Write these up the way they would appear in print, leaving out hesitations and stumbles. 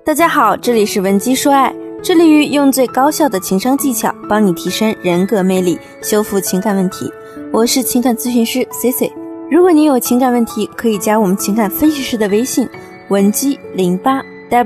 大家好，这里是文姬说爱，致力于用最高效的情商技巧帮你提升人格魅力，修复情感问题。我是情感咨询师 Cici。 如果你有情感问题，可以加我们情感分析师的微信文姬08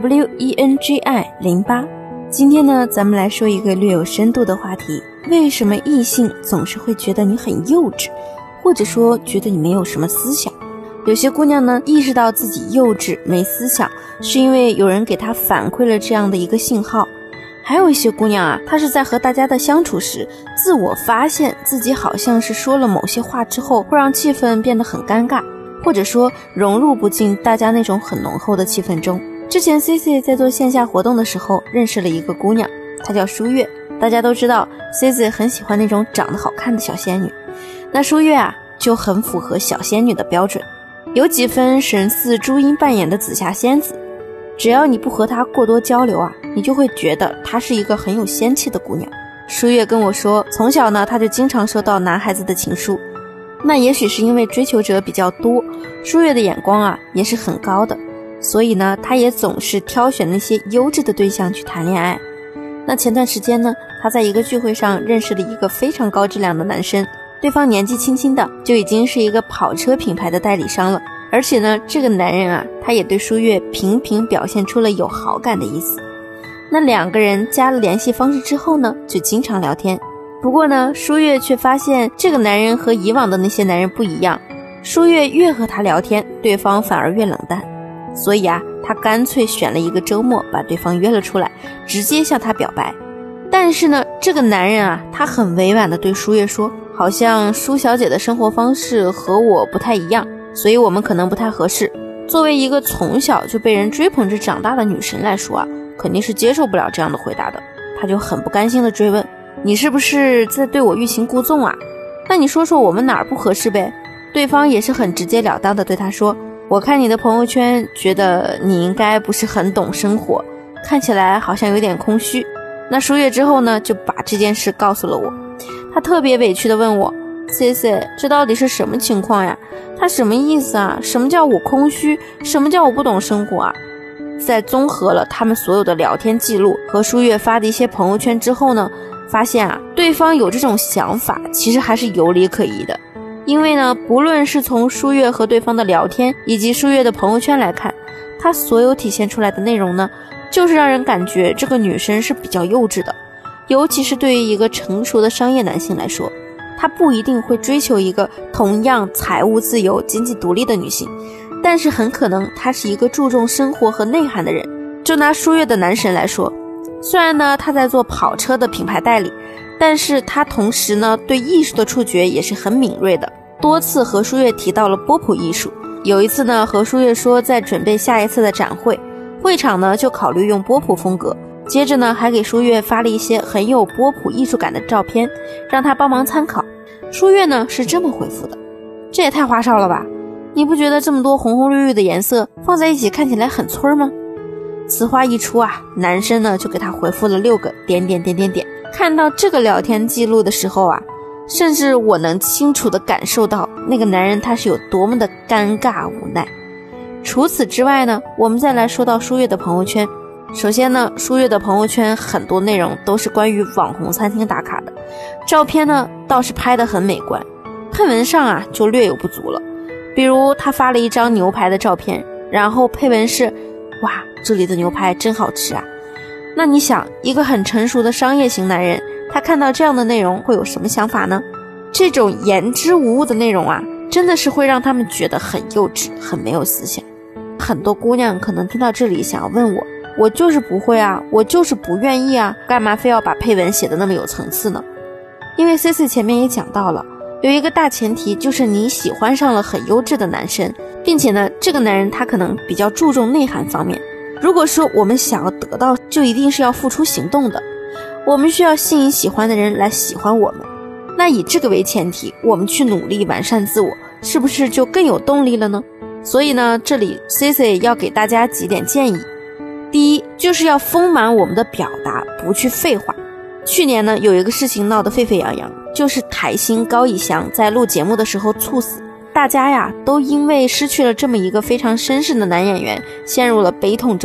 WENGI08。今天呢，咱们来说一个略有深度的话题，为什么异性总是会觉得你很幼稚，或者说觉得你没有什么思想。有些姑娘呢，意识到自己幼稚没思想，是因为有人给她反馈了这样的一个信号。还有一些姑娘啊，她是在和大家的相处时，自我发现自己好像是说了某些话之后，会让气氛变得很尴尬，或者说融入不进大家那种很浓厚的气氛中。之前 Cici 在做线下活动的时候，认识了一个姑娘，她叫舒月。大家都知道 Cici 很喜欢那种长得好看的小仙女，那舒月啊，就很符合小仙女的标准，有几分神似朱茵扮演的紫霞仙子。只要你不和她过多交流啊，你就会觉得她是一个很有仙气的姑娘。舒月跟我说，从小呢，她就经常收到男孩子的情书。那也许是因为追求者比较多，舒月的眼光啊也是很高的，所以呢，她也总是挑选那些优质的对象去谈恋爱。那前段时间呢，她在一个聚会上认识了一个非常高质量的男生，对方年纪轻轻的就已经是一个跑车品牌的代理商了。而且呢，这个男人啊，他也对舒月频频表现出了有好感的意思。那两个人加了联系方式之后呢，就经常聊天。不过呢，舒月却发现这个男人和以往的那些男人不一样，舒月越和他聊天，对方反而越冷淡。所以啊，他干脆选了一个周末把对方约了出来，直接向他表白。但是呢，这个男人啊，他很委婉地对舒月说，好像舒小姐的生活方式和我不太一样，所以我们可能不太合适。作为一个从小就被人追捧着长大的女神来说啊，肯定是接受不了这样的回答的。她就很不甘心地追问，你是不是在对我欲擒故纵啊？那你说说我们哪儿不合适呗？对方也是很直截了当地对她说，我看你的朋友圈，觉得你应该不是很懂生活，看起来好像有点空虚。那舒月之后呢，就把这件事告诉了我。她特别委屈地问我，Cici， 这到底是什么情况呀？他什么意思啊？什么叫我空虚？什么叫我不懂生活啊？在综合了他们所有的聊天记录和舒月发的一些朋友圈之后呢，发现啊，对方有这种想法其实还是有理可依的。因为呢，不论是从舒月和对方的聊天以及舒月的朋友圈来看，他所有体现出来的内容呢，就是让人感觉这个女生是比较幼稚的。尤其是对于一个成熟的商业男性来说，他不一定会追求一个同样财务自由、经济独立的女性，但是很可能他是一个注重生活和内涵的人。就拿舒月的男神来说，虽然呢他在做跑车的品牌代理，但是他同时呢对艺术的触觉也是很敏锐的，多次和舒月提到了波普艺术。有一次呢，和舒月说在准备下一次的展会，会场呢就考虑用波普风格。接着呢，还给舒月发了一些很有波普艺术感的照片，让她帮忙参考。舒月呢是这么回复的，这也太花哨了吧，你不觉得这么多红红绿绿的颜色放在一起看起来很村吗？此话一出啊，男生呢就给他回复了6个点点点点点。看到这个聊天记录的时候啊，甚至我能清楚地感受到那个男人他是有多么的尴尬无奈。除此之外呢，我们再来说到舒月的朋友圈。首先呢，舒月的朋友圈很多内容都是关于网红餐厅打卡的，照片呢倒是拍得很美观，配文上啊就略有不足了。比如他发了一张牛排的照片，然后配文是，哇，这里的牛排真好吃啊。那你想，一个很成熟的商业型男人，他看到这样的内容会有什么想法呢？这种言之无物的内容啊，真的是会让他们觉得很幼稚，很没有思想。很多姑娘可能听到这里想要问我就是不会啊，我就是不愿意啊，干嘛非要把配文写得那么有层次呢？因为 Cici 前面也讲到了，有一个大前提，就是你喜欢上了很优质的男生，并且呢，这个男人他可能比较注重内涵方面。如果说我们想要得到，就一定是要付出行动的，我们需要吸引喜欢的人来喜欢我们。那以这个为前提，我们去努力完善自我，是不是就更有动力了呢？所以呢，这里 Cici 要给大家几点建议。第一，就是要丰满我们的表达，不去废话。去年呢，有一个事情闹得沸沸扬扬，就是台星高以翔在录节目的时候猝死。大家呀都因为失去了这么一个非常绅士的男演员陷入了悲痛中。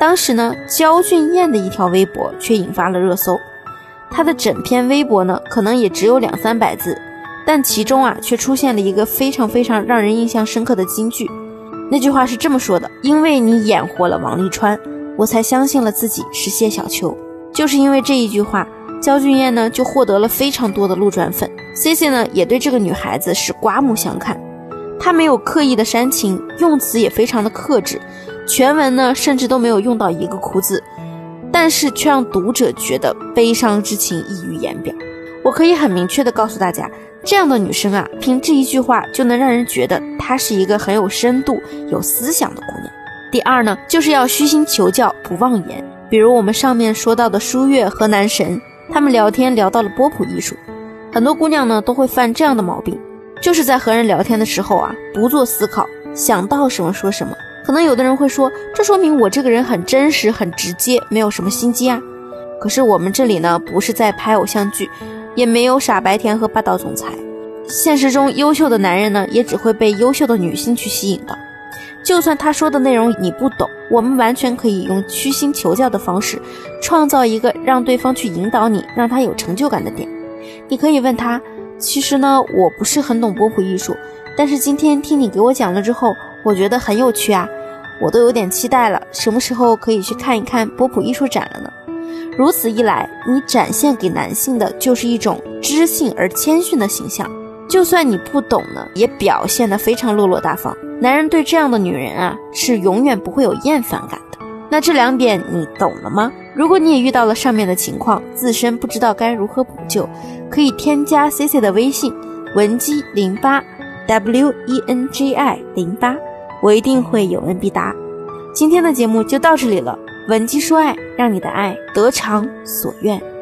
当时呢，焦俊艳的一条微博却引发了热搜。她的整篇微博呢，可能也只有200-300字，但其中却出现了一个非常非常让人印象深刻的金句。那句话是这么说的：因为你演活了王沥川，我才相信了自己是谢小秋。就是因为这一句话，焦俊艳呢就获得了非常多的路转粉。CC 呢也对这个女孩子是刮目相看，她没有刻意的煽情，用词也非常的克制，全文呢甚至都没有用到一个哭字，但是却让读者觉得悲伤之情溢于言表。我可以很明确的告诉大家，这样的女生凭这一句话就能让人觉得她是一个很有深度有思想的姑娘。第二呢，就是要虚心求教，不妄言。比如我们上面说到的舒月和男神，他们聊天聊到了波普艺术，很多姑娘呢都会犯这样的毛病，就是在和人聊天的时候不做思考，想到什么说什么。可能有的人会说，这说明我这个人很真实很直接，没有什么心机可是我们这里呢不是在拍偶像剧，也没有傻白甜和霸道总裁，现实中优秀的男人呢也只会被优秀的女性去吸引的。就算他说的内容你不懂，我们完全可以用虚心求教的方式，创造一个让对方去引导你，让他有成就感的点。你可以问他，其实呢我不是很懂波普艺术，但是今天听你给我讲了之后，我觉得很有趣我都有点期待了，什么时候可以去看一看波普艺术展了呢？如此一来，你展现给男性的就是一种知性而谦逊的形象，就算你不懂呢，也表现得非常落落大方。男人对这样的女人是永远不会有厌烦感的。那这2点你懂了吗？如果你也遇到了上面的情况，自身不知道该如何补救，可以添加 CC 的微信文姬08 WENGI08，我一定会有问必答。今天的节目就到这里了，文姬说爱，让你的爱得偿所愿。